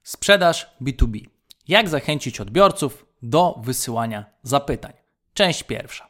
Sprzedaż B2B. Jak zachęcić odbiorców do wysyłania zapytań? Część pierwsza.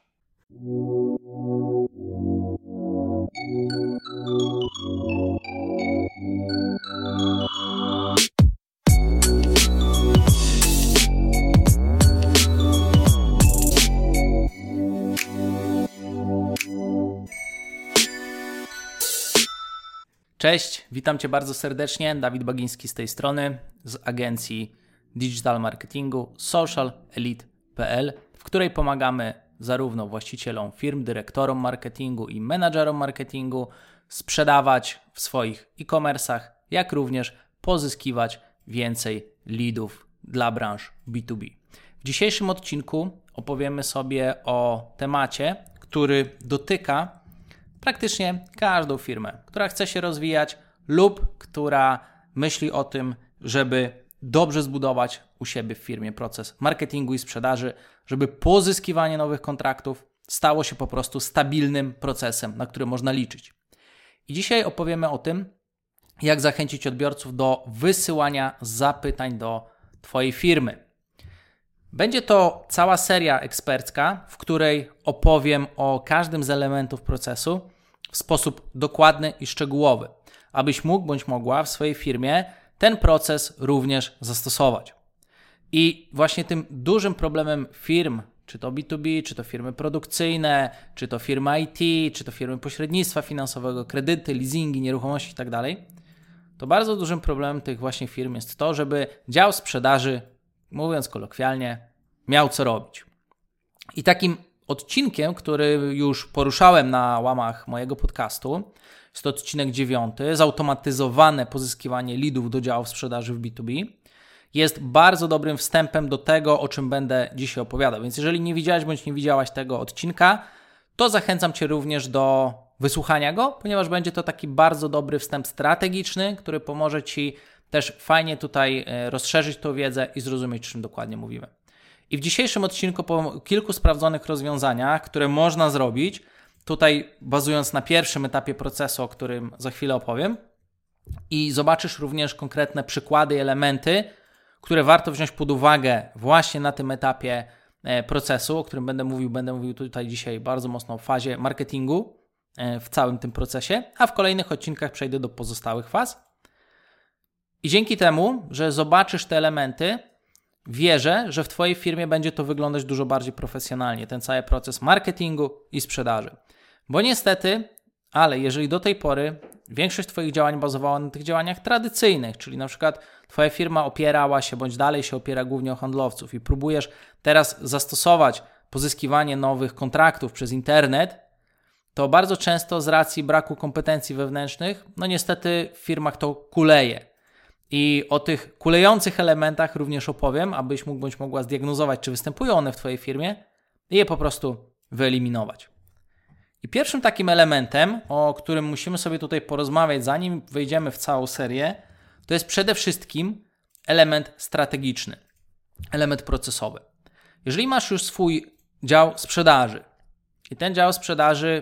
Cześć, witam Cię bardzo serdecznie. Dawid Bagiński z tej strony, z agencji digital marketingu socialelite.pl, w której pomagamy zarówno właścicielom firm, dyrektorom marketingu i menadżerom marketingu sprzedawać w swoich e-commerce'ach, jak również pozyskiwać więcej leadów dla branż B2B. W dzisiejszym odcinku opowiemy sobie o temacie, który dotyka praktycznie każdą firmę, która chce się rozwijać lub która myśli o tym, żeby dobrze zbudować u siebie w firmie proces marketingu i sprzedaży, żeby pozyskiwanie nowych kontraktów stało się po prostu stabilnym procesem, na który można liczyć. I dzisiaj opowiemy o tym, jak zachęcić odbiorców do wysyłania zapytań do Twojej firmy. Będzie to cała seria ekspercka, w której opowiem o każdym z elementów procesu w sposób dokładny i szczegółowy, abyś mógł bądź mogła w swojej firmie ten proces również zastosować. I właśnie tym dużym problemem firm, czy to B2B, czy to firmy produkcyjne, czy to firmy IT, czy to firmy pośrednictwa finansowego, kredyty, leasingi, nieruchomości itd., to bardzo dużym problemem tych właśnie firm jest to, żeby dział sprzedaży, mówiąc kolokwialnie, miał co robić. I takim odcinkiem, który już poruszałem na łamach mojego podcastu, jest to odcinek 9, zautomatyzowane pozyskiwanie leadów do działu sprzedaży w B2B, jest bardzo dobrym wstępem do tego, o czym będę dzisiaj opowiadał. Więc jeżeli nie widziałeś bądź nie widziałaś tego odcinka, to zachęcam Cię również do wysłuchania go, ponieważ będzie to taki bardzo dobry wstęp strategiczny, który pomoże Ci też fajnie tutaj rozszerzyć tą wiedzę i zrozumieć, o czym dokładnie mówimy. I w dzisiejszym odcinku po kilku sprawdzonych rozwiązaniach, które można zrobić, tutaj bazując na pierwszym etapie procesu, o którym za chwilę opowiem, i zobaczysz również konkretne przykłady i elementy, które warto wziąć pod uwagę właśnie na tym etapie procesu, o którym będę mówił tutaj dzisiaj bardzo mocno o fazie marketingu w całym tym procesie, a w kolejnych odcinkach przejdę do pozostałych faz. I dzięki temu, że zobaczysz te elementy, wierzę, że w Twojej firmie będzie to wyglądać dużo bardziej profesjonalnie, ten cały proces marketingu i sprzedaży. Bo niestety, ale jeżeli do tej pory większość Twoich działań bazowała na tych działaniach tradycyjnych, czyli na przykład Twoja firma opierała się, bądź dalej się opiera głównie o handlowców i próbujesz teraz zastosować pozyskiwanie nowych kontraktów przez internet, to bardzo często z racji braku kompetencji wewnętrznych, no niestety w firmach to kuleje. I o tych kulejących elementach również opowiem, abyś mógł bądź mogła zdiagnozować, czy występują one w Twojej firmie i je po prostu wyeliminować. I pierwszym takim elementem, o którym musimy sobie tutaj porozmawiać, zanim wejdziemy w całą serię, to jest przede wszystkim element strategiczny, element procesowy. Jeżeli masz już swój dział sprzedaży i ten dział sprzedaży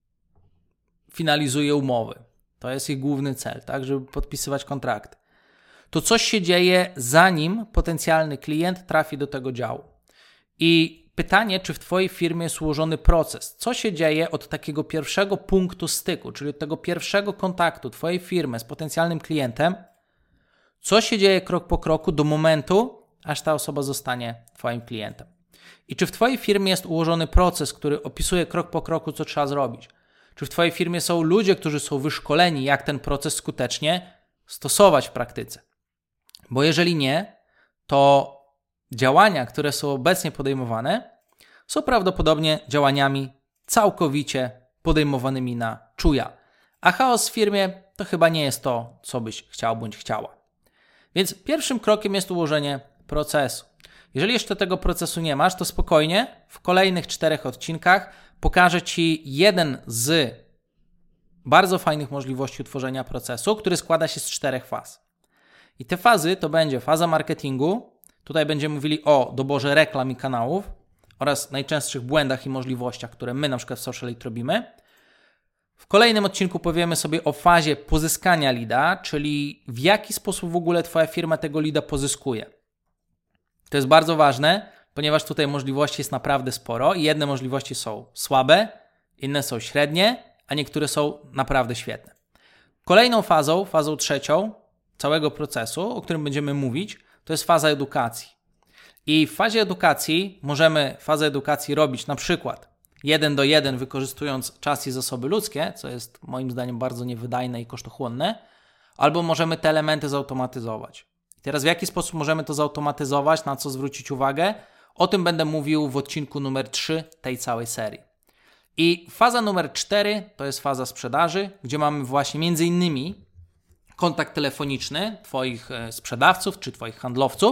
finalizuje umowy, to jest ich główny cel, tak, żeby podpisywać kontrakty, to coś się dzieje, zanim potencjalny klient trafi do tego działu. I pytanie, czy w Twojej firmie jest ułożony proces? Co się dzieje od takiego pierwszego punktu styku, czyli od tego pierwszego kontaktu Twojej firmy z potencjalnym klientem? Co się dzieje krok po kroku do momentu, aż ta osoba zostanie Twoim klientem? I czy w Twojej firmie jest ułożony proces, który opisuje krok po kroku, co trzeba zrobić? Czy w Twojej firmie są ludzie, którzy są wyszkoleni, jak ten proces skutecznie stosować w praktyce? Bo jeżeli nie, to działania, które są obecnie podejmowane, są prawdopodobnie działaniami całkowicie podejmowanymi na czuja. A chaos w firmie to chyba nie jest to, co byś chciał bądź chciała. Więc pierwszym krokiem jest ułożenie procesu. Jeżeli jeszcze tego procesu nie masz, to spokojnie w kolejnych 4 odcinkach pokażę Ci jeden z bardzo fajnych możliwości utworzenia procesu, który składa się z 4 faz. I te fazy to będzie faza marketingu. Tutaj będziemy mówili o doborze reklam i kanałów oraz najczęstszych błędach i możliwościach, które my na przykład w Socialite robimy. W kolejnym odcinku powiemy sobie o fazie pozyskania leada, czyli w jaki sposób w ogóle Twoja firma tego leada pozyskuje. To jest bardzo ważne, ponieważ tutaj możliwości jest naprawdę sporo i jedne możliwości są słabe, inne są średnie, a niektóre są naprawdę świetne. Kolejną fazą trzecią całego procesu, o którym będziemy mówić, to jest faza edukacji. I w fazie edukacji możemy fazę edukacji robić na przykład 1:1 wykorzystując czas i zasoby ludzkie, co jest moim zdaniem bardzo niewydajne i kosztochłonne, albo możemy te elementy zautomatyzować. I teraz w jaki sposób możemy to zautomatyzować, na co zwrócić uwagę? O tym będę mówił w odcinku numer 3 tej całej serii. I faza numer 4 to jest faza sprzedaży, gdzie mamy właśnie między innymi kontakt telefoniczny Twoich sprzedawców czy Twoich handlowców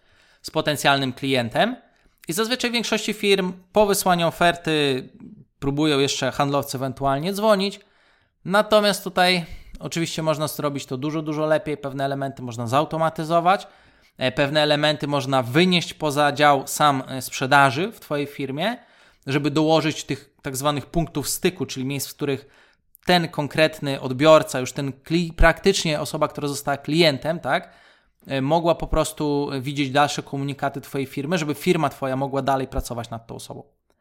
z potencjalnym klientem. I zazwyczaj w większości firm po wysłaniu oferty próbują jeszcze handlowcy ewentualnie dzwonić. Natomiast tutaj oczywiście można zrobić to dużo lepiej. Pewne elementy można zautomatyzować. Pewne elementy można wynieść poza dział sam sprzedaży w Twojej firmie, żeby dołożyć tych tak zwanych punktów styku, czyli miejsc, w których ten konkretny odbiorca, już ten praktycznie osoba, która została klientem, tak, mogła po prostu widzieć dalsze komunikaty Twojej firmy, żeby firma Twoja mogła dalej pracować nad tą osobą.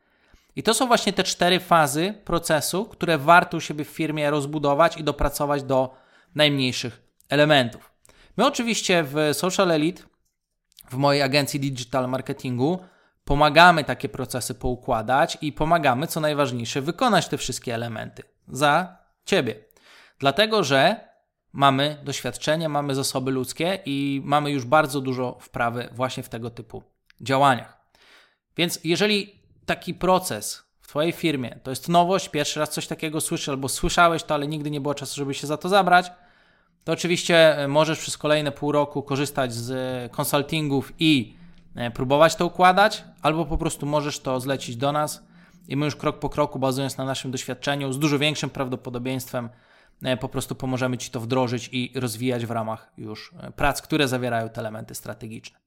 I to są właśnie te 4 fazy procesu, które warto u siebie w firmie rozbudować i dopracować do najmniejszych elementów. My oczywiście w Social Elite, w mojej agencji Digital Marketingu, pomagamy takie procesy poukładać i pomagamy, co najważniejsze, wykonać te wszystkie elementy za Ciebie. Dlatego, że mamy doświadczenie, mamy zasoby ludzkie i mamy już bardzo dużo wprawy właśnie w tego typu działaniach. Więc jeżeli taki proces w Twojej firmie to jest nowość, pierwszy raz coś takiego słyszysz albo słyszałeś to, ale nigdy nie było czasu, żeby się za to zabrać, to oczywiście możesz przez kolejne pół roku korzystać z konsultingów i próbować to układać, albo po prostu możesz to zlecić do nas i my już krok po kroku, bazując na naszym doświadczeniu, z dużo większym prawdopodobieństwem po prostu pomożemy Ci to wdrożyć i rozwijać w ramach już prac, które zawierają te elementy strategiczne.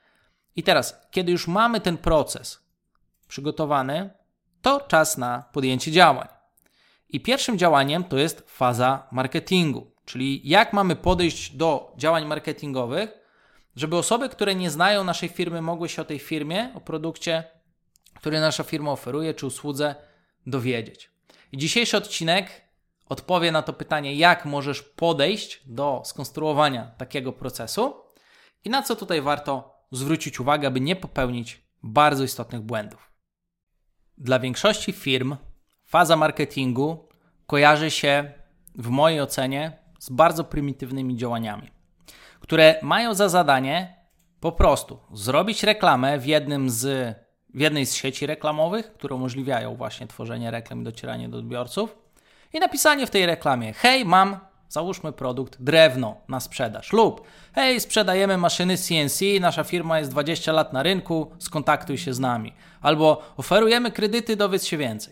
I teraz, kiedy już mamy ten proces przygotowany, to czas na podjęcie działań. I pierwszym działaniem to jest faza marketingu, czyli jak mamy podejść do działań marketingowych, żeby osoby, które nie znają naszej firmy, mogły się o tej firmie, o produkcie, który nasza firma oferuje, czy usłudze dowiedzieć. I dzisiejszy odcinek odpowie na to pytanie, jak możesz podejść do skonstruowania takiego procesu i na co tutaj warto zwrócić uwagę, aby nie popełnić bardzo istotnych błędów. Dla większości firm faza marketingu kojarzy się w mojej ocenie z bardzo prymitywnymi działaniami, które mają za zadanie po prostu zrobić reklamę w jednej z sieci reklamowych, które umożliwiają właśnie tworzenie reklam i docieranie do odbiorców i napisanie w tej reklamie: hej, mam, załóżmy produkt, drewno na sprzedaż lub hej, sprzedajemy maszyny CNC, nasza firma jest 20 lat na rynku, skontaktuj się z nami. Albo oferujemy kredyty, dowiedz się więcej.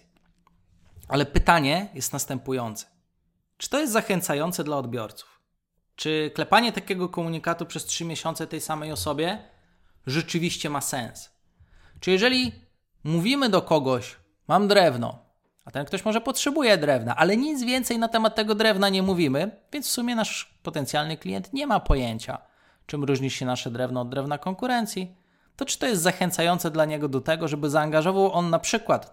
Ale pytanie jest następujące. Czy to jest zachęcające dla odbiorców? Czy klepanie takiego komunikatu przez 3 miesiące tej samej osobie rzeczywiście ma sens? Czy jeżeli mówimy do kogoś, mam drewno, a ten ktoś może potrzebuje drewna, ale nic więcej na temat tego drewna nie mówimy, więc w sumie nasz potencjalny klient nie ma pojęcia, czym różni się nasze drewno od drewna konkurencji, to czy to jest zachęcające dla niego do tego, żeby zaangażował on na przykład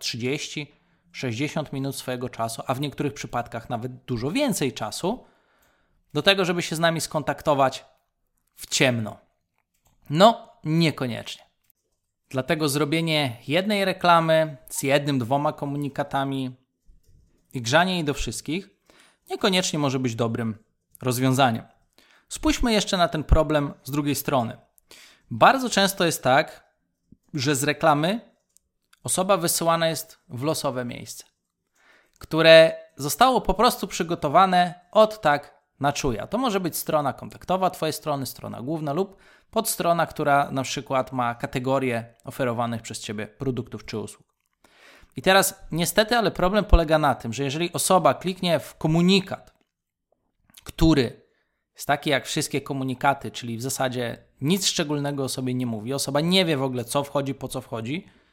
30-60 minut swojego czasu, a w niektórych przypadkach nawet dużo więcej czasu, do tego, żeby się z nami skontaktować w ciemno? No, niekoniecznie. Dlatego zrobienie jednej reklamy z 1-2 komunikatami i grzanie jej do wszystkich niekoniecznie może być dobrym rozwiązaniem. Spójrzmy jeszcze na ten problem z drugiej strony. Bardzo często jest tak, że z reklamy osoba wysyłana jest w losowe miejsce, które zostało po prostu przygotowane od tak na czuja. To może być strona kontaktowa Twojej strony, strona główna lub podstrona, która na przykład ma kategorie oferowanych przez Ciebie produktów czy usług. I teraz niestety, ale problem polega na tym, że jeżeli osoba kliknie w komunikat, który jest taki jak wszystkie komunikaty, czyli w zasadzie nic szczególnego o sobie nie mówi, osoba nie wie w ogóle co wchodzi, po co wchodzi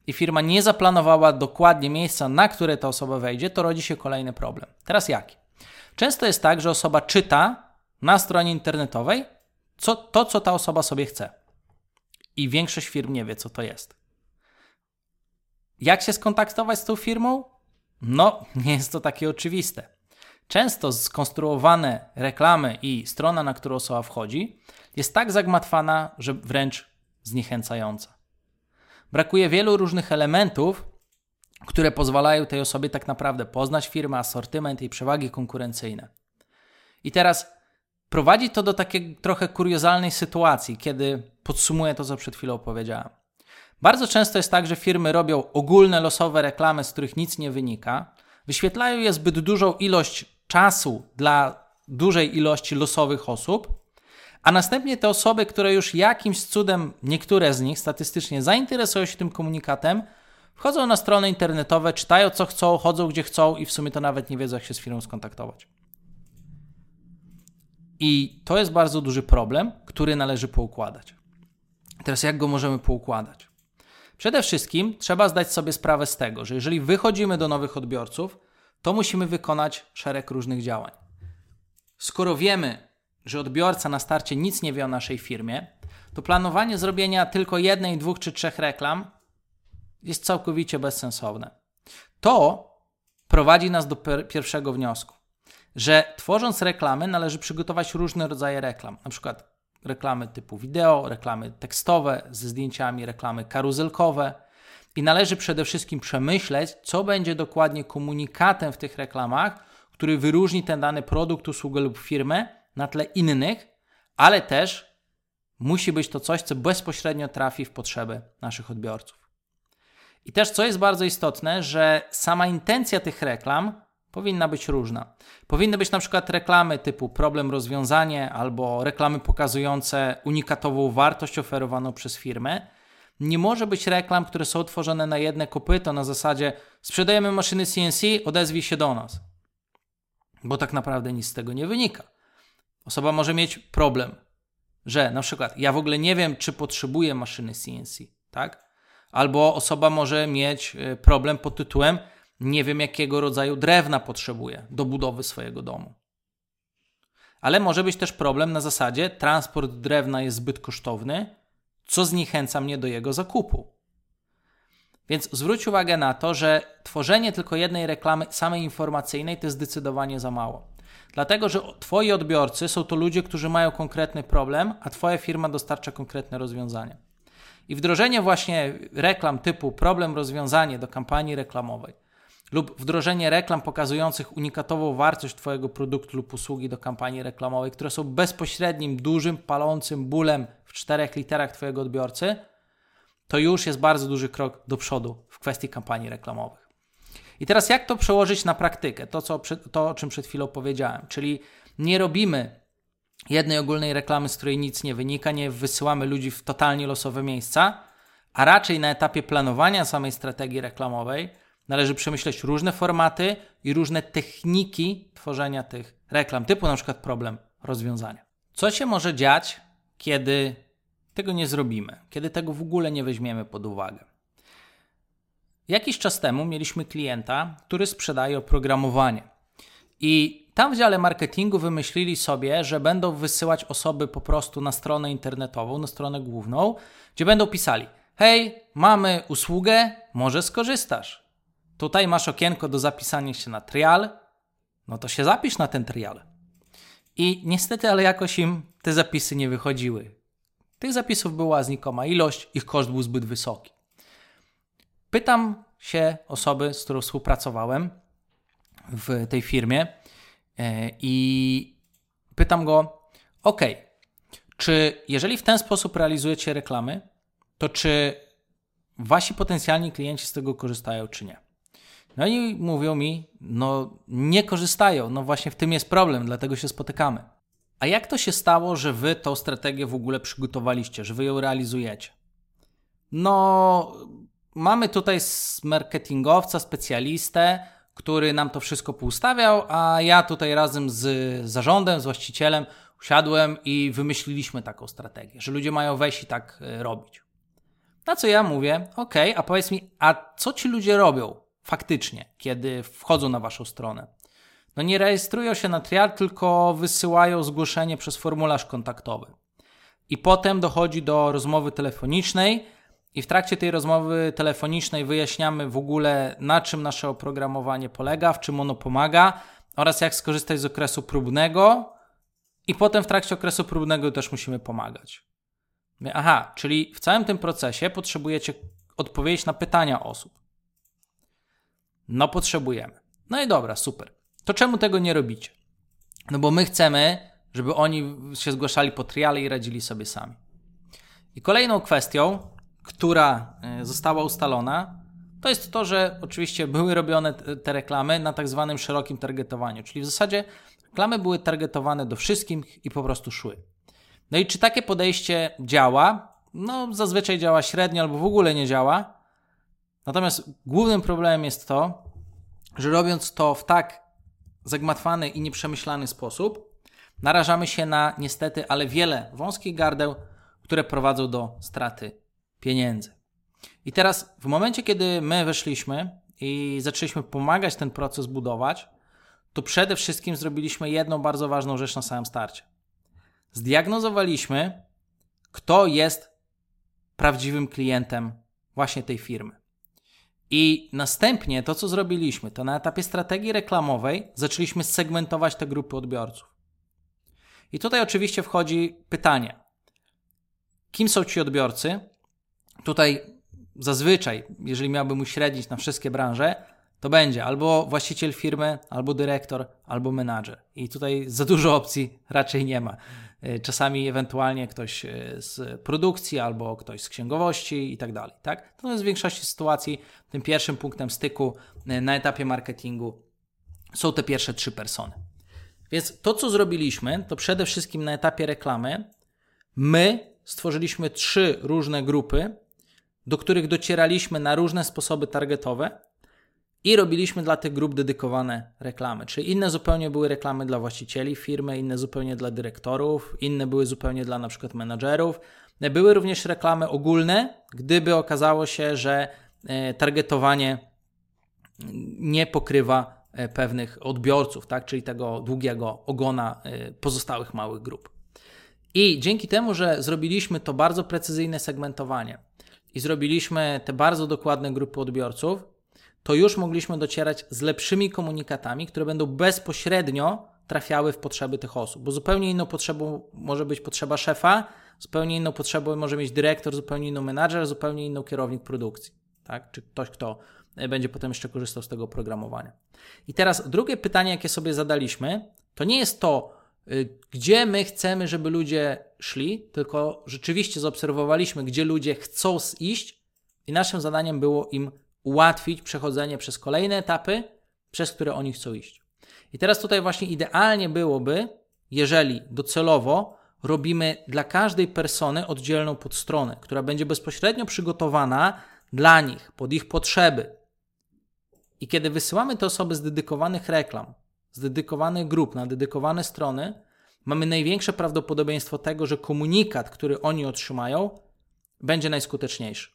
i firma nie zaplanowała dokładnie miejsca, na które ta osoba wejdzie, to rodzi się kolejny problem. Teraz jaki? Często jest tak, że osoba czyta na stronie internetowej co ta osoba sobie chce. I większość firm nie wie, co to jest. Jak się skontaktować z tą firmą? No, nie jest to takie oczywiste. Często skonstruowane reklamy i strona, na którą osoba wchodzi, jest tak zagmatwana, że wręcz zniechęcająca. Brakuje wielu różnych elementów, które pozwalają tej osobie tak naprawdę poznać firmę, asortyment i przewagi konkurencyjne. I teraz prowadzi to do takiej trochę kuriozalnej sytuacji, kiedy podsumuję to, co przed chwilą powiedziałem. Bardzo często jest tak, że firmy robią ogólne, losowe reklamy, z których nic nie wynika, wyświetlają je zbyt dużą ilość czasu dla dużej ilości losowych osób, a następnie te osoby, które już jakimś cudem, niektóre z nich statystycznie zainteresują się tym komunikatem, wchodzą na strony internetowe, czytają co chcą, chodzą gdzie chcą i w sumie to nawet nie wiedzą, jak się z firmą skontaktować. I to jest bardzo duży problem, który należy poukładać. Teraz jak go możemy poukładać? Przede wszystkim trzeba zdać sobie sprawę z tego, że jeżeli wychodzimy do nowych odbiorców, to musimy wykonać szereg różnych działań. Skoro wiemy, że odbiorca na starcie nic nie wie o naszej firmie, to planowanie zrobienia tylko jednej, 2 czy 3 reklam jest całkowicie bezsensowne. To prowadzi nas do pierwszego wniosku, że tworząc reklamy należy przygotować różne rodzaje reklam, na przykład reklamy typu wideo, reklamy tekstowe ze zdjęciami, reklamy karuzelkowe i należy przede wszystkim przemyśleć, co będzie dokładnie komunikatem w tych reklamach, który wyróżni ten dany produkt, usługę lub firmę na tle innych, ale też musi być to coś, co bezpośrednio trafi w potrzeby naszych odbiorców. I też, co jest bardzo istotne, że sama intencja tych reklam powinna być różna. Powinny być na przykład reklamy typu problem, rozwiązanie albo reklamy pokazujące unikatową wartość oferowaną przez firmę. Nie może być reklam, które są tworzone na jedne kopyto na zasadzie sprzedajemy maszyny CNC, odezwij się do nas. Bo tak naprawdę nic z tego nie wynika. Osoba może mieć problem, że na przykład ja w ogóle nie wiem, czy potrzebuję maszyny CNC, tak? Albo osoba może mieć problem pod tytułem nie wiem, jakiego rodzaju drewna potrzebuję do budowy swojego domu. Ale może być też problem na zasadzie transport drewna jest zbyt kosztowny, co zniechęca mnie do jego zakupu. Więc zwróć uwagę na to, że tworzenie tylko jednej reklamy samej informacyjnej to jest zdecydowanie za mało. Dlatego, że twoi odbiorcy są to ludzie, którzy mają konkretny problem, a twoja firma dostarcza konkretne rozwiązania. I wdrożenie właśnie reklam typu problem, rozwiązanie do kampanii reklamowej lub wdrożenie reklam pokazujących unikatową wartość twojego produktu lub usługi do kampanii reklamowej, które są bezpośrednim, dużym, palącym bólem w 4 literach twojego odbiorcy, to już jest bardzo duży krok do przodu w kwestii kampanii reklamowych. I teraz jak to przełożyć na praktykę? To, o czym przed chwilą powiedziałem, czyli nie robimy jednej ogólnej reklamy, z której nic nie wynika, nie wysyłamy ludzi w totalnie losowe miejsca, a raczej na etapie planowania samej strategii reklamowej należy przemyśleć różne formaty i różne techniki tworzenia tych reklam, typu na przykład problem, rozwiązania. Co się może dziać, kiedy tego nie zrobimy, kiedy tego w ogóle nie weźmiemy pod uwagę? Jakiś czas temu mieliśmy klienta, który sprzedaje oprogramowanie i tam w dziale marketingu wymyślili sobie, że będą wysyłać osoby po prostu na stronę internetową, na stronę główną, gdzie będą pisali: hej, mamy usługę, może skorzystasz. Tutaj masz okienko do zapisania się na trial, no to się zapisz na ten trial. I niestety, ale jakoś im te zapisy nie wychodziły. Tych zapisów była znikoma ilość, ich koszt był zbyt wysoki. Pytam się osoby, z którą współpracowałem w tej firmie i pytam go: OK, czy jeżeli w ten sposób realizujecie reklamy, to czy wasi potencjalni klienci z tego korzystają, czy nie? No i mówią mi: no nie korzystają, no właśnie w tym jest problem, dlatego się spotykamy. A jak to się stało, że wy tą strategię w ogóle przygotowaliście, że wy ją realizujecie? No, mamy tutaj marketingowca, specjalistę, który nam to wszystko poustawiał, a ja tutaj razem z zarządem, z właścicielem usiadłem i wymyśliliśmy taką strategię, że ludzie mają wejść i tak robić. Na co ja mówię, a powiedz mi, a co ci ludzie robią faktycznie, kiedy wchodzą na waszą stronę? No nie rejestrują się na trial, tylko wysyłają zgłoszenie przez formularz kontaktowy. I potem dochodzi do rozmowy telefonicznej i w trakcie tej rozmowy telefonicznej wyjaśniamy w ogóle, na czym nasze oprogramowanie polega, w czym ono pomaga oraz jak skorzystać z okresu próbnego i potem w trakcie okresu próbnego też musimy pomagać. Aha, czyli w całym tym procesie potrzebujecie odpowiedzieć na pytania osób. No potrzebujemy. No i dobra, super. To czemu tego nie robicie? No bo my chcemy, żeby oni się zgłaszali po triale i radzili sobie sami. I kolejną kwestią, która została ustalona, to jest to, że oczywiście były robione te reklamy na tak zwanym szerokim targetowaniu, czyli w zasadzie reklamy były targetowane do wszystkich i po prostu szły. No i czy takie podejście działa? No zazwyczaj działa średnio albo w ogóle nie działa. Natomiast głównym problemem jest to, że robiąc to w tak zagmatwany i nieprzemyślany sposób, narażamy się na niestety, ale wiele wąskich gardeł, które prowadzą do straty pieniędzy. I teraz w momencie, kiedy my weszliśmy i zaczęliśmy pomagać ten proces budować, to przede wszystkim zrobiliśmy jedną bardzo ważną rzecz na samym starcie. Zdiagnozowaliśmy, kto jest prawdziwym klientem właśnie tej firmy. I następnie to, co zrobiliśmy, to na etapie strategii reklamowej zaczęliśmy segmentować te grupy odbiorców. I tutaj oczywiście wchodzi pytanie, kim są ci odbiorcy? Tutaj zazwyczaj, jeżeli miałbym uśrednić na wszystkie branże, to będzie albo właściciel firmy, albo dyrektor, albo menadżer. I tutaj za dużo opcji raczej nie ma. Czasami ewentualnie ktoś z produkcji, albo ktoś z księgowości i tak dalej. Tak? Natomiast w większości sytuacji tym pierwszym punktem styku na etapie marketingu są te pierwsze 3 persony. Więc to, co zrobiliśmy, to przede wszystkim na etapie reklamy my stworzyliśmy 3 różne grupy, do których docieraliśmy na różne sposoby targetowe i robiliśmy dla tych grup dedykowane reklamy. Czyli inne zupełnie były reklamy dla właścicieli firmy, inne zupełnie dla dyrektorów, inne były zupełnie dla na przykład menadżerów. Były również reklamy ogólne, gdyby okazało się, że targetowanie nie pokrywa pewnych odbiorców, tak? Czyli tego długiego ogona pozostałych małych grup. I dzięki temu, że zrobiliśmy to bardzo precyzyjne segmentowanie i zrobiliśmy te bardzo dokładne grupy odbiorców, to już mogliśmy docierać z lepszymi komunikatami, które będą bezpośrednio trafiały w potrzeby tych osób. Bo zupełnie inną potrzebą może być potrzeba szefa, zupełnie inną potrzebą może mieć dyrektor, zupełnie inną menadżer, zupełnie inną kierownik produkcji. Tak? Czy ktoś, kto będzie potem jeszcze korzystał z tego oprogramowania. I teraz drugie pytanie, jakie sobie zadaliśmy, to nie jest to, gdzie my chcemy, żeby ludzie szli, tylko rzeczywiście zaobserwowaliśmy, gdzie ludzie chcą iść i naszym zadaniem było im ułatwić przechodzenie przez kolejne etapy, przez które oni chcą iść. I teraz tutaj właśnie idealnie byłoby, jeżeli docelowo robimy dla każdej persony oddzielną podstronę, która będzie bezpośrednio przygotowana dla nich, pod ich potrzeby. I kiedy wysyłamy te osoby z dedykowanych reklam, z dedykowanych grup na dedykowane strony, mamy największe prawdopodobieństwo tego, że komunikat, który oni otrzymają, będzie najskuteczniejszy.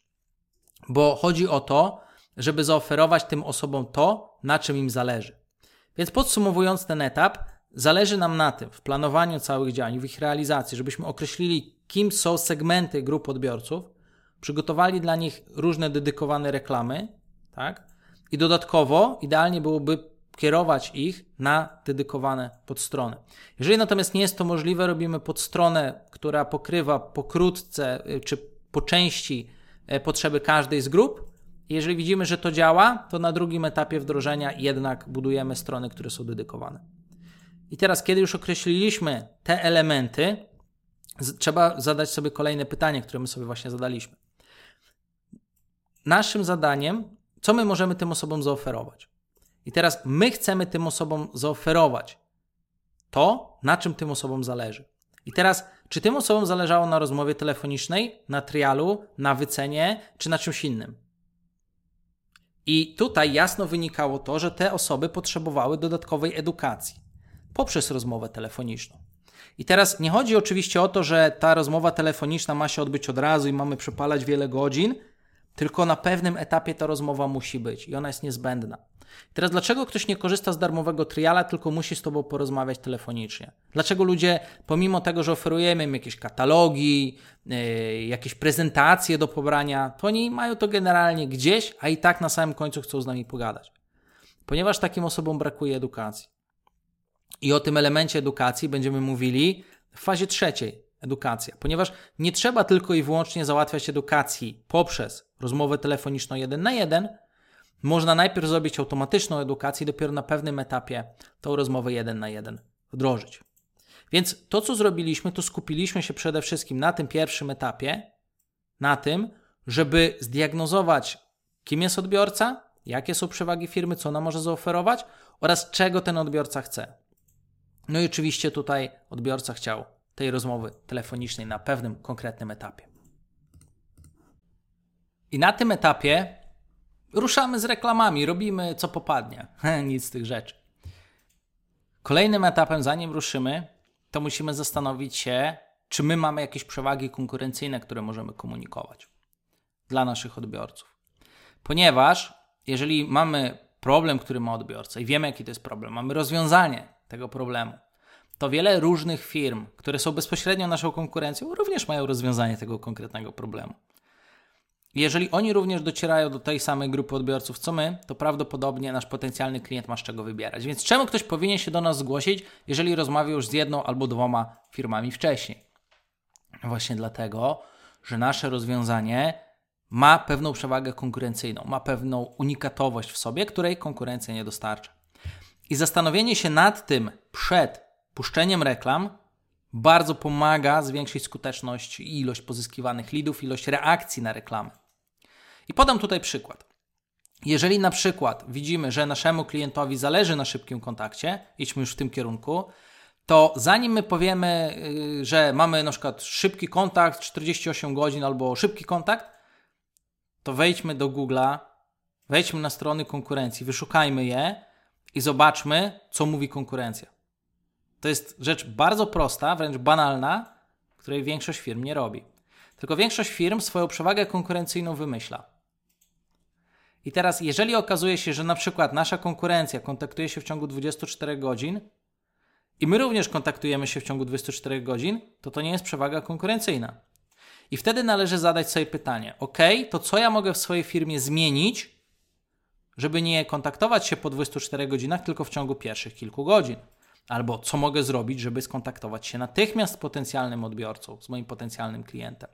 Bo chodzi o to, żeby zaoferować tym osobom to, na czym im zależy. Więc podsumowując ten etap, zależy nam na tym, w planowaniu całych działań, w ich realizacji, żebyśmy określili, kim są segmenty grup odbiorców, przygotowali dla nich różne dedykowane reklamy, tak? I dodatkowo idealnie byłoby kierować ich na dedykowane podstrony. Jeżeli natomiast nie jest to możliwe, robimy podstronę, która pokrywa pokrótce czy po części potrzeby każdej z grup. Jeżeli widzimy, że to działa, to na drugim etapie wdrożenia jednak budujemy strony, które są dedykowane. I teraz, kiedy już określiliśmy te elementy, trzeba zadać sobie kolejne pytanie, które my sobie właśnie zadaliśmy. Naszym zadaniem, co my możemy tym osobom zaoferować? I teraz my chcemy tym osobom zaoferować to, na czym tym osobom zależy. I teraz, czy tym osobom zależało na rozmowie telefonicznej, na trialu, na wycenie, czy na czymś innym? I tutaj jasno wynikało to, że te osoby potrzebowały dodatkowej edukacji poprzez rozmowę telefoniczną. I teraz nie chodzi oczywiście o to, że ta rozmowa telefoniczna ma się odbyć od razu i mamy przepalać wiele godzin, tylko na pewnym etapie ta rozmowa musi być i ona jest niezbędna. I teraz dlaczego ktoś nie korzysta z darmowego triala, tylko musi z Tobą porozmawiać telefonicznie? Dlaczego ludzie, pomimo tego, że oferujemy im jakieś katalogi, jakieś prezentacje do pobrania, to oni mają to generalnie gdzieś, a i tak na samym końcu chcą z nami pogadać? Ponieważ takim osobom brakuje edukacji. I o tym elemencie edukacji będziemy mówili w fazie trzeciej, edukacja. Ponieważ nie trzeba tylko i wyłącznie załatwiać edukacji poprzez rozmowę telefoniczną 1 na 1, można najpierw zrobić automatyczną edukację i dopiero na pewnym etapie tą rozmowę 1 na 1 wdrożyć. Więc to, co zrobiliśmy, to skupiliśmy się przede wszystkim na tym pierwszym etapie, na tym, żeby zdiagnozować, kim jest odbiorca, jakie są przewagi firmy, co ona może zaoferować oraz czego ten odbiorca chce. No i oczywiście tutaj odbiorca chciał tej rozmowy telefonicznej na pewnym konkretnym etapie. I na tym etapie ruszamy z reklamami, robimy co popadnie. Nic z tych rzeczy. Kolejnym etapem, zanim ruszymy, to musimy zastanowić się, czy my mamy jakieś przewagi konkurencyjne, które możemy komunikować dla naszych odbiorców. Ponieważ jeżeli mamy problem, który ma odbiorca i wiemy, jaki to jest problem, mamy rozwiązanie tego problemu, to wiele różnych firm, które są bezpośrednio naszą konkurencją, również mają rozwiązanie tego konkretnego problemu. Jeżeli oni również docierają do tej samej grupy odbiorców co my, to prawdopodobnie nasz potencjalny klient ma z czego wybierać. Więc czemu ktoś powinien się do nas zgłosić, jeżeli rozmawiał już z jedną albo dwoma firmami wcześniej? Właśnie dlatego, że nasze rozwiązanie ma pewną przewagę konkurencyjną, ma pewną unikatowość w sobie, której konkurencja nie dostarcza. I zastanowienie się nad tym przed puszczeniem reklam bardzo pomaga zwiększyć skuteczność i ilość pozyskiwanych leadów, ilość reakcji na reklamy. I podam tutaj przykład. Jeżeli na przykład widzimy, że naszemu klientowi zależy na szybkim kontakcie, idźmy już w tym kierunku, to zanim my powiemy, że mamy na przykład szybki kontakt, 48 godzin albo szybki kontakt, to wejdźmy do Google'a, wejdźmy na strony konkurencji, wyszukajmy je i zobaczmy, co mówi konkurencja. To jest rzecz bardzo prosta, wręcz banalna, której większość firm nie robi. Tylko większość firm swoją przewagę konkurencyjną wymyśla. I teraz, jeżeli okazuje się, że na przykład nasza konkurencja kontaktuje się w ciągu 24 godzin i my również kontaktujemy się w ciągu 24 godzin, to nie jest przewaga konkurencyjna. I wtedy należy zadać sobie pytanie, to co ja mogę w swojej firmie zmienić, żeby nie kontaktować się po 24 godzinach, tylko w ciągu pierwszych kilku godzin? Albo co mogę zrobić, żeby skontaktować się natychmiast z potencjalnym odbiorcą, z moim potencjalnym klientem?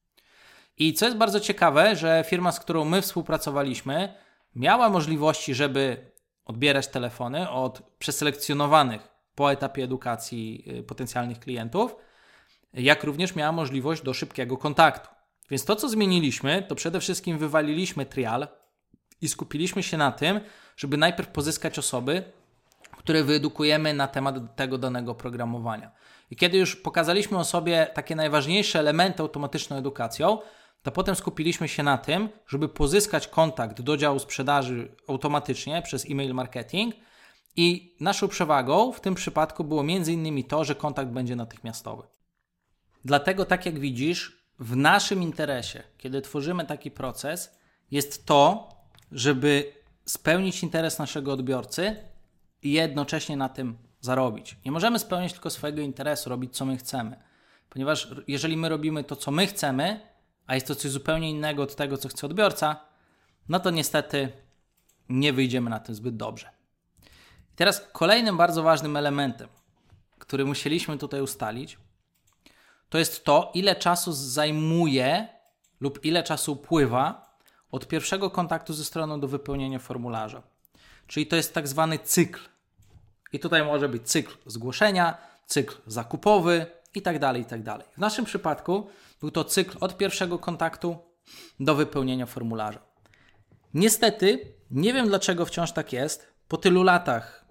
I co jest bardzo ciekawe, że firma, z którą my współpracowaliśmy, miała możliwości, żeby odbierać telefony od przeselekcjonowanych po etapie edukacji potencjalnych klientów, jak również miała możliwość do szybkiego kontaktu. Więc to, co zmieniliśmy, to przede wszystkim wywaliliśmy trial i skupiliśmy się na tym, żeby najpierw pozyskać osoby, które wyedukujemy na temat tego danego programowania. I kiedy już pokazaliśmy osobie takie najważniejsze elementy automatyczną edukacją, to potem skupiliśmy się na tym, żeby pozyskać kontakt do działu sprzedaży automatycznie przez e-mail marketing i naszą przewagą w tym przypadku było m.in. to, że kontakt będzie natychmiastowy. Dlatego, tak jak widzisz, w naszym interesie, kiedy tworzymy taki proces, jest to, żeby spełnić interes naszego odbiorcy i jednocześnie na tym zarobić. Nie możemy spełnić tylko swojego interesu, robić co my chcemy. Ponieważ jeżeli my robimy to, co my chcemy, a jest to coś zupełnie innego od tego, co chce odbiorca, no to niestety nie wyjdziemy na tym zbyt dobrze. I teraz kolejnym bardzo ważnym elementem, który musieliśmy tutaj ustalić, to jest to, ile czasu zajmuje lub ile czasu upływa od pierwszego kontaktu ze stroną do wypełnienia formularza. Czyli to jest tak zwany cykl. I tutaj może być cykl zgłoszenia, cykl zakupowy i tak dalej, i tak dalej. W naszym przypadku był to cykl od pierwszego kontaktu do wypełnienia formularza. Niestety, nie wiem dlaczego wciąż tak jest, po tylu latach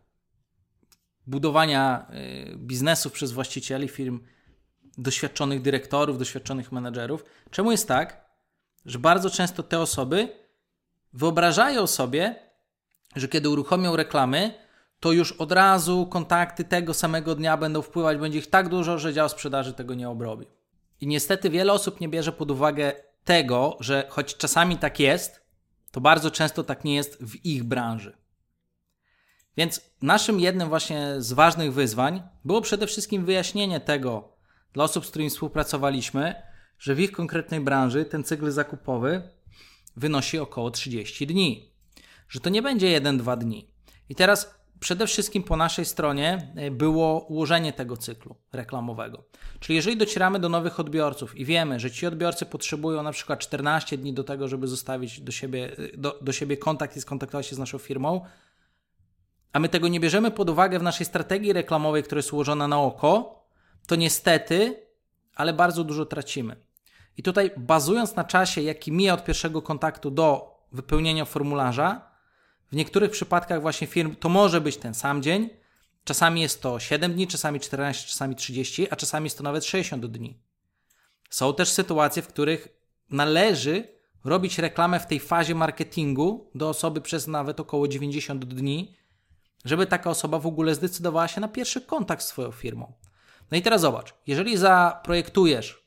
budowania biznesów przez właścicieli firm, doświadczonych dyrektorów, doświadczonych menedżerów, czemu jest tak, że bardzo często te osoby wyobrażają sobie, że kiedy uruchomią reklamy, to już od razu kontakty tego samego dnia będą wpływać, będzie ich tak dużo, że dział sprzedaży tego nie obrobi. I niestety wiele osób nie bierze pod uwagę tego, że choć czasami tak jest, to bardzo często tak nie jest w ich branży. Więc naszym jednym właśnie z ważnych wyzwań było przede wszystkim wyjaśnienie tego dla osób, z którymi współpracowaliśmy, że w ich konkretnej branży ten cykl zakupowy wynosi około 30 dni. Że to nie będzie 1-2 dni. I teraz przede wszystkim po naszej stronie było ułożenie tego cyklu reklamowego. Czyli jeżeli docieramy do nowych odbiorców i wiemy, że ci odbiorcy potrzebują na przykład 14 dni do tego, żeby zostawić do siebie kontakt i skontaktować się z naszą firmą, a my tego nie bierzemy pod uwagę w naszej strategii reklamowej, która jest ułożona na oko, to niestety, ale bardzo dużo tracimy. I tutaj bazując na czasie, jaki mija od pierwszego kontaktu do wypełnienia formularza, w niektórych przypadkach właśnie firm to może być ten sam dzień, czasami jest to 7 dni, czasami 14, czasami 30, a czasami jest to nawet 60 dni. Są też sytuacje, w których należy robić reklamę w tej fazie marketingu do osoby przez nawet około 90 dni, żeby taka osoba w ogóle zdecydowała się na pierwszy kontakt z swoją firmą. No i teraz zobacz, jeżeli zaprojektujesz,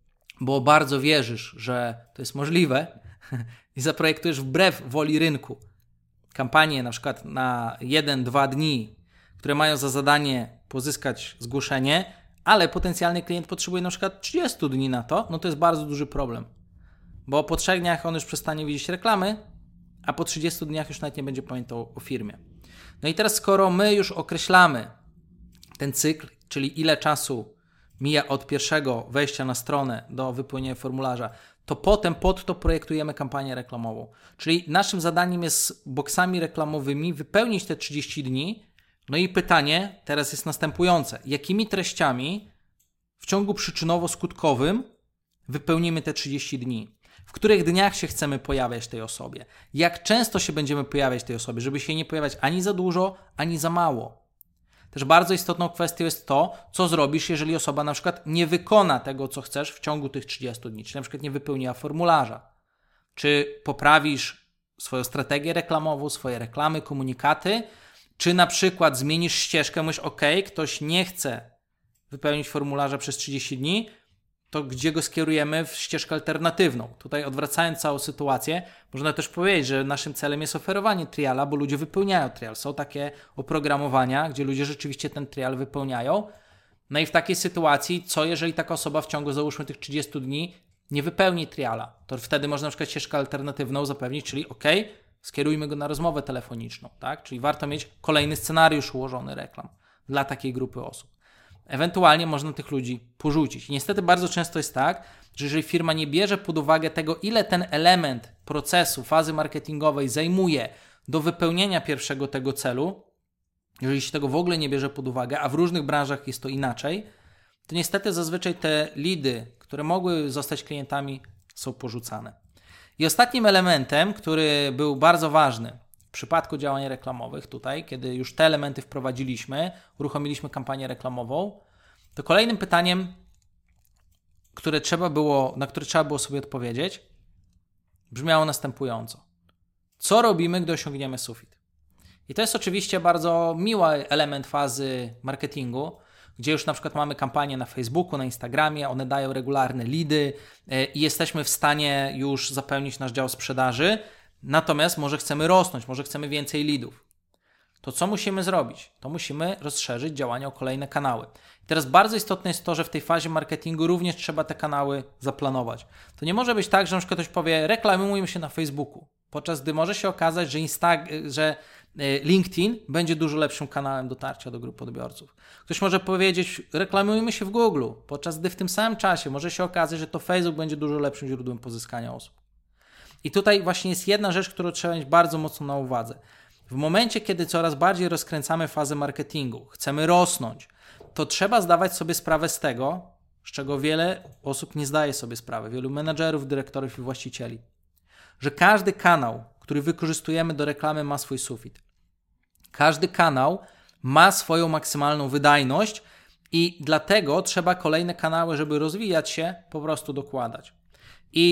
bo bardzo wierzysz, że to jest możliwe i zaprojektujesz wbrew woli rynku kampanię na przykład na 1-2 dni, które mają za zadanie pozyskać zgłoszenie, ale potencjalny klient potrzebuje na przykład 30 dni na to, no to jest bardzo duży problem. Bo po 3 dniach on już przestanie widzieć reklamy, a po 30 dniach już nawet nie będzie pamiętał o firmie. No i teraz skoro my już określamy ten cykl, czyli ile czasu mija od pierwszego wejścia na stronę do wypełnienia formularza, to potem pod to projektujemy kampanię reklamową. Czyli naszym zadaniem jest boksami reklamowymi wypełnić te 30 dni. No i pytanie teraz jest następujące. Jakimi treściami w ciągu przyczynowo-skutkowym wypełnimy te 30 dni? W których dniach się chcemy pojawiać tej osobie? Jak często się będziemy pojawiać tej osobie, żeby się nie pojawiać ani za dużo, ani za mało? Też bardzo istotną kwestią jest to, co zrobisz, jeżeli osoba na przykład nie wykona tego, co chcesz w ciągu tych 30 dni, czy na przykład nie wypełniła formularza. Czy poprawisz swoją strategię reklamową, swoje reklamy, komunikaty, czy na przykład zmienisz ścieżkę, mówisz, ok, ktoś nie chce wypełnić formularza przez 30 dni, to gdzie go skierujemy w ścieżkę alternatywną. Tutaj odwracając całą sytuację, można też powiedzieć, że naszym celem jest oferowanie triala, bo ludzie wypełniają trial. Są takie oprogramowania, gdzie ludzie rzeczywiście ten trial wypełniają. No i w takiej sytuacji, co jeżeli taka osoba w ciągu załóżmy tych 30 dni nie wypełni triala, to wtedy można na przykład ścieżkę alternatywną zapewnić, czyli skierujmy go na rozmowę telefoniczną, tak? Czyli warto mieć kolejny scenariusz ułożony reklam dla takiej grupy osób. Ewentualnie można tych ludzi porzucić. I niestety bardzo często jest tak, że jeżeli firma nie bierze pod uwagę tego, ile ten element procesu, fazy marketingowej zajmuje do wypełnienia pierwszego tego celu, jeżeli się tego w ogóle nie bierze pod uwagę, a w różnych branżach jest to inaczej, to niestety zazwyczaj te leady, które mogły zostać klientami, są porzucane. I ostatnim elementem, który był bardzo ważny w przypadku działań reklamowych tutaj, kiedy już te elementy wprowadziliśmy, uruchomiliśmy kampanię reklamową, to kolejnym pytaniem, na które trzeba było sobie odpowiedzieć, brzmiało następująco. Co robimy, gdy osiągniemy sufit? I to jest oczywiście bardzo miły element fazy marketingu, gdzie już na przykład mamy kampanię na Facebooku, na Instagramie, one dają regularne leady i jesteśmy w stanie już zapełnić nasz dział sprzedaży, natomiast może chcemy rosnąć, może chcemy więcej leadów. To co musimy zrobić? To musimy rozszerzyć działania o kolejne kanały. I teraz bardzo istotne jest to, że w tej fazie marketingu również trzeba te kanały zaplanować. To nie może być tak, że na przykład ktoś powie, reklamujmy się na Facebooku, podczas gdy może się okazać, że LinkedIn będzie dużo lepszym kanałem dotarcia do grup odbiorców. Ktoś może powiedzieć, reklamujmy się w Google, podczas gdy w tym samym czasie może się okazać, że to Facebook będzie dużo lepszym źródłem pozyskania osób. I tutaj właśnie jest jedna rzecz, którą trzeba mieć bardzo mocno na uwadze. W momencie, kiedy coraz bardziej rozkręcamy fazę marketingu, chcemy rosnąć, to trzeba zdawać sobie sprawę z tego, z czego wiele osób nie zdaje sobie sprawy, wielu menadżerów, dyrektorów i właścicieli, że każdy kanał, który wykorzystujemy do reklamy, ma swój sufit. Każdy kanał ma swoją maksymalną wydajność i dlatego trzeba kolejne kanały, żeby rozwijać się, po prostu dokładać. I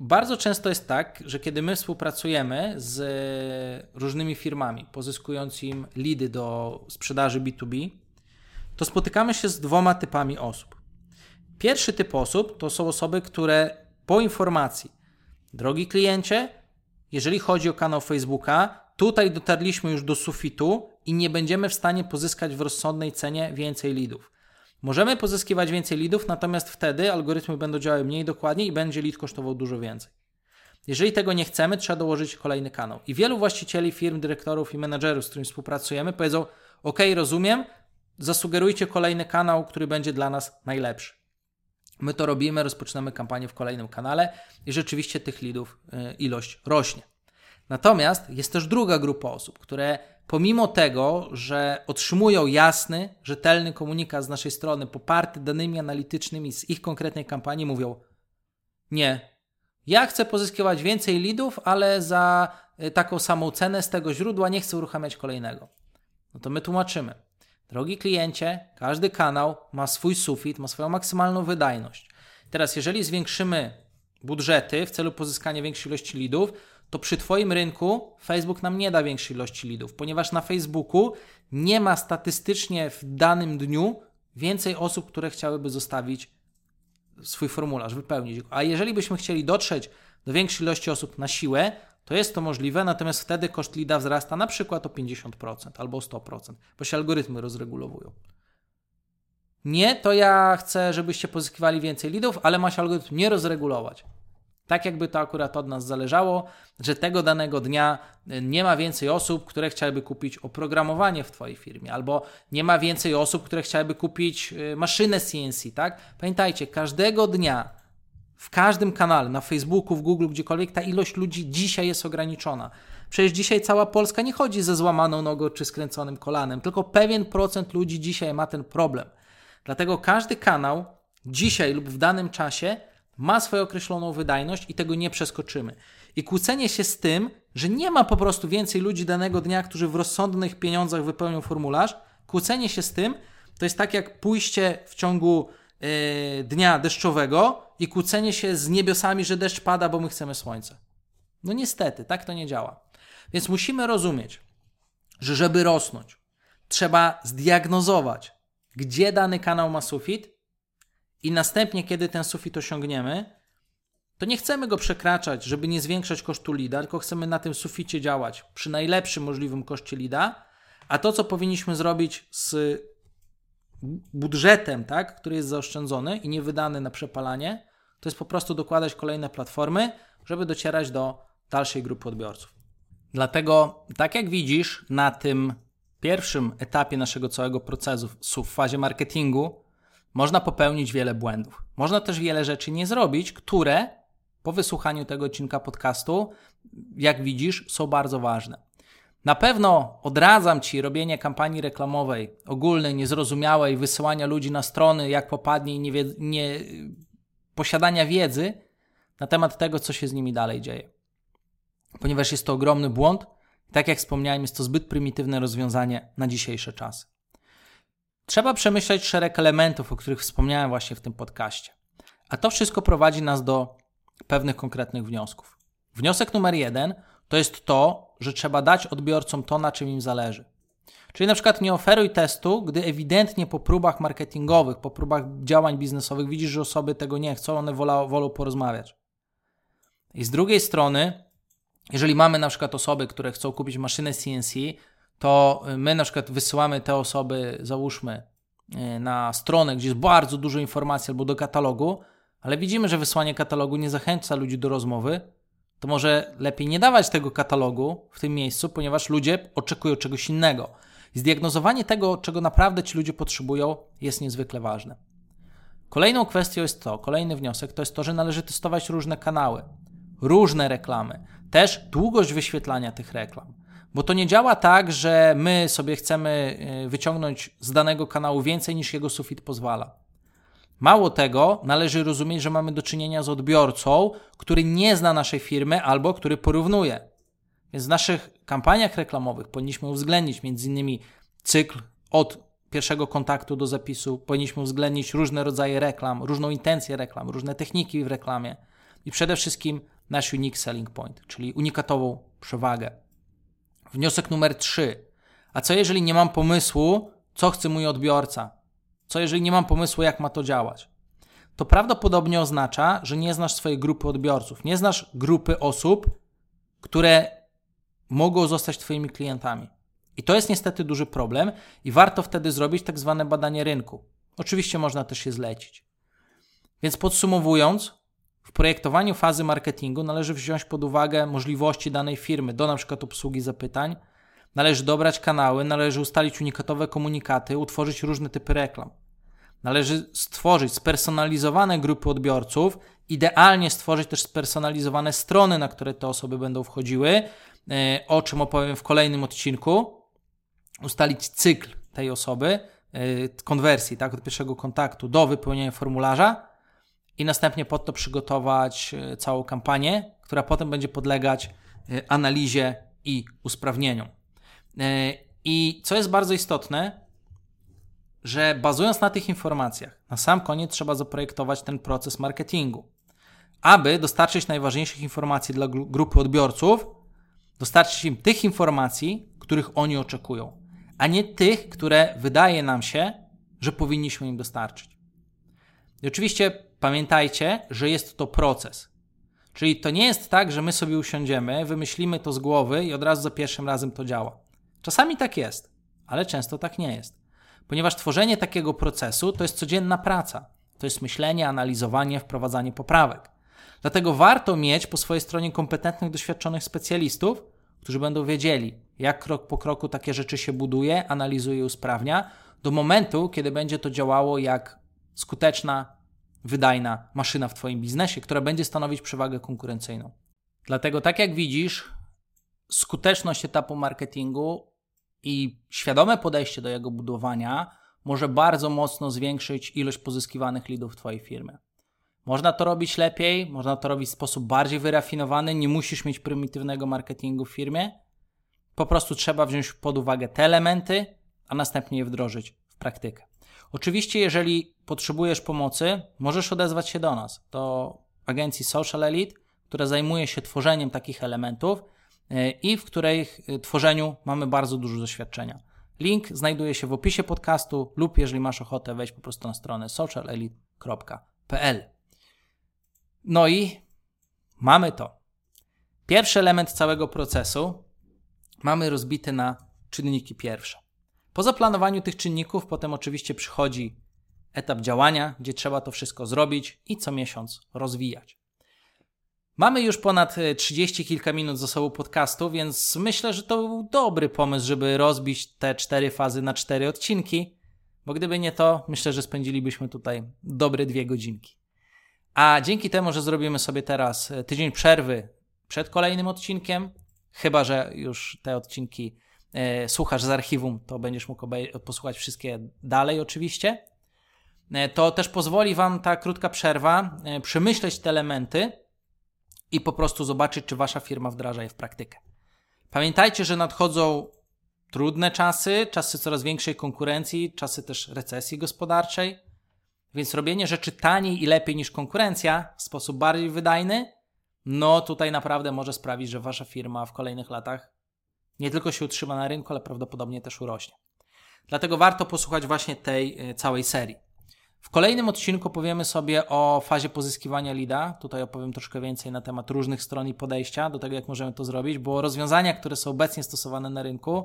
bardzo często jest tak, że kiedy my współpracujemy z różnymi firmami, pozyskując im leady do sprzedaży B2B, to spotykamy się z 2 typami osób. Pierwszy typ osób to są osoby, które po informacji, drogi kliencie, jeżeli chodzi o kanał Facebooka, tutaj dotarliśmy już do sufitu i nie będziemy w stanie pozyskać w rozsądnej cenie więcej leadów. Możemy pozyskiwać więcej leadów, natomiast wtedy algorytmy będą działały mniej dokładnie i będzie lead kosztował dużo więcej. Jeżeli tego nie chcemy, trzeba dołożyć kolejny kanał. I wielu właścicieli firm, dyrektorów i menadżerów, z którymi współpracujemy, powiedzą: OK, rozumiem, zasugerujcie kolejny kanał, który będzie dla nas najlepszy. My to robimy, rozpoczynamy kampanię w kolejnym kanale i rzeczywiście tych leadów ilość rośnie. Natomiast jest też druga grupa osób, które pomimo tego, że otrzymują jasny, rzetelny komunikat z naszej strony, poparty danymi analitycznymi z ich konkretnej kampanii, mówią: nie, ja chcę pozyskiwać więcej leadów, ale za taką samą cenę z tego źródła nie chcę uruchamiać kolejnego. No to my tłumaczymy: drogi kliencie, każdy kanał ma swój sufit, ma swoją maksymalną wydajność. Teraz jeżeli zwiększymy budżety w celu pozyskania większej ilości leadów, to przy Twoim rynku Facebook nam nie da większej ilości leadów, ponieważ na Facebooku nie ma statystycznie w danym dniu więcej osób, które chciałyby zostawić swój formularz, wypełnić go. A jeżeli byśmy chcieli dotrzeć do większej ilości osób na siłę, to jest to możliwe, natomiast wtedy koszt leada wzrasta na przykład o 50% albo o 100%, bo się algorytmy rozregulowują. Nie, to ja chcę, żebyście pozyskiwali więcej leadów, ale ma się algorytm nie rozregulować. Tak jakby to akurat od nas zależało, że tego danego dnia nie ma więcej osób, które chciałyby kupić oprogramowanie w Twojej firmie, albo nie ma więcej osób, które chciałyby kupić maszynę CNC, tak? Pamiętajcie, każdego dnia, w każdym kanale, na Facebooku, w Google, gdziekolwiek, ta ilość ludzi dzisiaj jest ograniczona. Przecież dzisiaj cała Polska nie chodzi ze złamaną nogą czy skręconym kolanem, tylko pewien procent ludzi dzisiaj ma ten problem. Dlatego każdy kanał dzisiaj lub w danym czasie ma swoją określoną wydajność i tego nie przeskoczymy. I kłócenie się z tym, że nie ma po prostu więcej ludzi danego dnia, którzy w rozsądnych pieniądzach wypełnią formularz, kłócenie się z tym to jest tak jak pójście w ciągu dnia deszczowego i kłócenie się z niebiosami, że deszcz pada, bo my chcemy słońce. No niestety, tak to nie działa. Więc musimy rozumieć, że żeby rosnąć, trzeba zdiagnozować, gdzie dany kanał ma sufit i następnie, kiedy ten sufit osiągniemy, to nie chcemy go przekraczać, żeby nie zwiększać kosztu leada, tylko chcemy na tym suficie działać przy najlepszym możliwym koszcie leada, a to, co powinniśmy zrobić z budżetem, tak, który jest zaoszczędzony i nie wydany na przepalanie, to jest po prostu dokładać kolejne platformy, żeby docierać do dalszej grupy odbiorców. Dlatego, tak jak widzisz, na tym pierwszym etapie naszego całego procesu w fazie marketingu można popełnić wiele błędów. Można też wiele rzeczy nie zrobić, które po wysłuchaniu tego odcinka podcastu, jak widzisz, są bardzo ważne. Na pewno odradzam Ci robienie kampanii reklamowej ogólnej, niezrozumiałej, wysyłania ludzi na strony jak popadnie i posiadania wiedzy na temat tego, co się z nimi dalej dzieje. Ponieważ jest to ogromny błąd. Tak jak wspomniałem, jest to zbyt prymitywne rozwiązanie na dzisiejsze czasy. Trzeba przemyśleć szereg elementów, o których wspomniałem właśnie w tym podcaście. A to wszystko prowadzi nas do pewnych konkretnych wniosków. Wniosek numer 1 to jest to, że trzeba dać odbiorcom to, na czym im zależy. Czyli na przykład nie oferuj testu, gdy ewidentnie po próbach marketingowych, po próbach działań biznesowych widzisz, że osoby tego nie chcą, one wolą porozmawiać. I z drugiej strony, jeżeli mamy na przykład osoby, które chcą kupić maszynę CNC, to my na przykład wysyłamy te osoby, załóżmy, na stronę, gdzie jest bardzo dużo informacji albo do katalogu, ale widzimy, że wysłanie katalogu nie zachęca ludzi do rozmowy, to może lepiej nie dawać tego katalogu w tym miejscu, ponieważ ludzie oczekują czegoś innego. I zdiagnozowanie tego, czego naprawdę ci ludzie potrzebują, jest niezwykle ważne. Kolejną kwestią jest kolejny wniosek, to jest to, że należy testować różne kanały, różne reklamy, też długość wyświetlania tych reklam. Bo to nie działa tak, że my sobie chcemy wyciągnąć z danego kanału więcej niż jego sufit pozwala. Mało tego, należy rozumieć, że mamy do czynienia z odbiorcą, który nie zna naszej firmy albo który porównuje. Więc w naszych kampaniach reklamowych powinniśmy uwzględnić m.in. cykl od pierwszego kontaktu do zapisu, powinniśmy uwzględnić różne rodzaje reklam, różną intencję reklam, różne techniki w reklamie i przede wszystkim nasz unique selling point, czyli unikatową przewagę. Wniosek numer 3. A co jeżeli nie mam pomysłu, co chce mój odbiorca? Co jeżeli nie mam pomysłu, jak ma to działać? To prawdopodobnie oznacza, że nie znasz swojej grupy odbiorców, nie znasz grupy osób, które mogą zostać twoimi klientami. I to jest niestety duży problem i warto wtedy zrobić tak zwane badanie rynku. Oczywiście można też je zlecić. Więc podsumowując, w projektowaniu fazy marketingu należy wziąć pod uwagę możliwości danej firmy do np. obsługi zapytań, należy dobrać kanały, należy ustalić unikatowe komunikaty, utworzyć różne typy reklam. Należy stworzyć spersonalizowane grupy odbiorców, idealnie stworzyć też spersonalizowane strony, na które te osoby będą wchodziły, o czym opowiem w kolejnym odcinku. Ustalić cykl tej osoby, konwersji, tak, od pierwszego kontaktu do wypełnienia formularza i następnie pod to przygotować całą kampanię, która potem będzie podlegać analizie i usprawnieniom. I co jest bardzo istotne, że bazując na tych informacjach, na sam koniec trzeba zaprojektować ten proces marketingu. Aby dostarczyć najważniejszych informacji dla grupy odbiorców, dostarczyć im tych informacji, których oni oczekują, a nie tych, które wydaje nam się, że powinniśmy im dostarczyć. I oczywiście pamiętajcie, że jest to proces. Czyli to nie jest tak, że my sobie usiądziemy, wymyślimy to z głowy i od razu za pierwszym razem to działa. Czasami tak jest, ale często tak nie jest. Ponieważ tworzenie takiego procesu to jest codzienna praca. To jest myślenie, analizowanie, wprowadzanie poprawek. Dlatego warto mieć po swojej stronie kompetentnych, doświadczonych specjalistów, którzy będą wiedzieli, jak krok po kroku takie rzeczy się buduje, analizuje i usprawnia, do momentu, kiedy będzie to działało jak skuteczna, wydajna maszyna w Twoim biznesie, która będzie stanowić przewagę konkurencyjną. Dlatego, tak jak widzisz, skuteczność etapu marketingu i świadome podejście do jego budowania może bardzo mocno zwiększyć ilość pozyskiwanych leadów w Twojej firmie. Można to robić lepiej, można to robić w sposób bardziej wyrafinowany, nie musisz mieć prymitywnego marketingu w firmie. Po prostu trzeba wziąć pod uwagę te elementy, a następnie je wdrożyć w praktykę. Oczywiście, jeżeli potrzebujesz pomocy, możesz odezwać się do nas, do agencji Social Elite, która zajmuje się tworzeniem takich elementów i w której tworzeniu mamy bardzo dużo doświadczenia. Link znajduje się w opisie podcastu lub jeżeli masz ochotę, wejdź po prostu na stronę socialelite.pl. No i mamy to. Pierwszy element całego procesu mamy rozbity na czynniki pierwsze. Po zaplanowaniu tych czynników potem oczywiście przychodzi etap działania, gdzie trzeba to wszystko zrobić i co miesiąc rozwijać. Mamy już ponad 30 kilka minut za sobą podcastu, więc myślę, że to był dobry pomysł, żeby rozbić te 4 fazy na 4 odcinki, bo gdyby nie to, myślę, że spędzilibyśmy tutaj dobre 2 godzinki. A dzięki temu, że zrobimy sobie teraz tydzień przerwy przed kolejnym odcinkiem, chyba że już te odcinki słuchasz z archiwum, to będziesz mógł posłuchać wszystkie dalej oczywiście, to też pozwoli Wam ta krótka przerwa przemyśleć te elementy i po prostu zobaczyć, czy Wasza firma wdraża je w praktykę. Pamiętajcie, że nadchodzą trudne czasy, czasy coraz większej konkurencji, czasy też recesji gospodarczej, więc robienie rzeczy taniej i lepiej niż konkurencja w sposób bardziej wydajny, no tutaj naprawdę może sprawić, że Wasza firma w kolejnych latach nie tylko się utrzyma na rynku, ale prawdopodobnie też urośnie. Dlatego warto posłuchać właśnie tej całej serii. W kolejnym odcinku powiemy sobie o fazie pozyskiwania leada. Tutaj opowiem troszkę więcej na temat różnych stron i podejścia do tego, jak możemy to zrobić, bo rozwiązania, które są obecnie stosowane na rynku,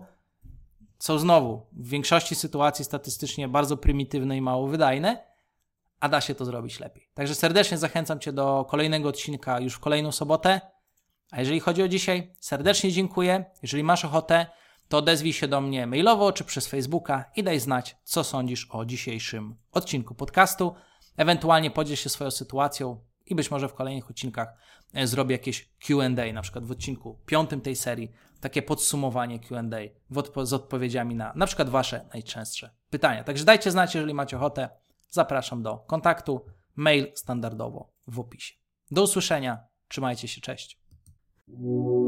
są znowu w większości sytuacji statystycznie bardzo prymitywne i mało wydajne, a da się to zrobić lepiej. Także serdecznie zachęcam Cię do kolejnego odcinka już w kolejną sobotę. A jeżeli chodzi o dzisiaj, serdecznie dziękuję. Jeżeli masz ochotę, to odezwij się do mnie mailowo czy przez Facebooka i daj znać, co sądzisz o dzisiejszym odcinku podcastu. Ewentualnie podziel się swoją sytuacją i być może w kolejnych odcinkach zrobię jakieś Q&A, na przykład w odcinku 5 tej serii, takie podsumowanie Q&A z odpowiedziami na przykład Wasze najczęstsze pytania. Także dajcie znać, jeżeli macie ochotę. Zapraszam do kontaktu. Mail standardowo w opisie. Do usłyszenia. Trzymajcie się. Cześć.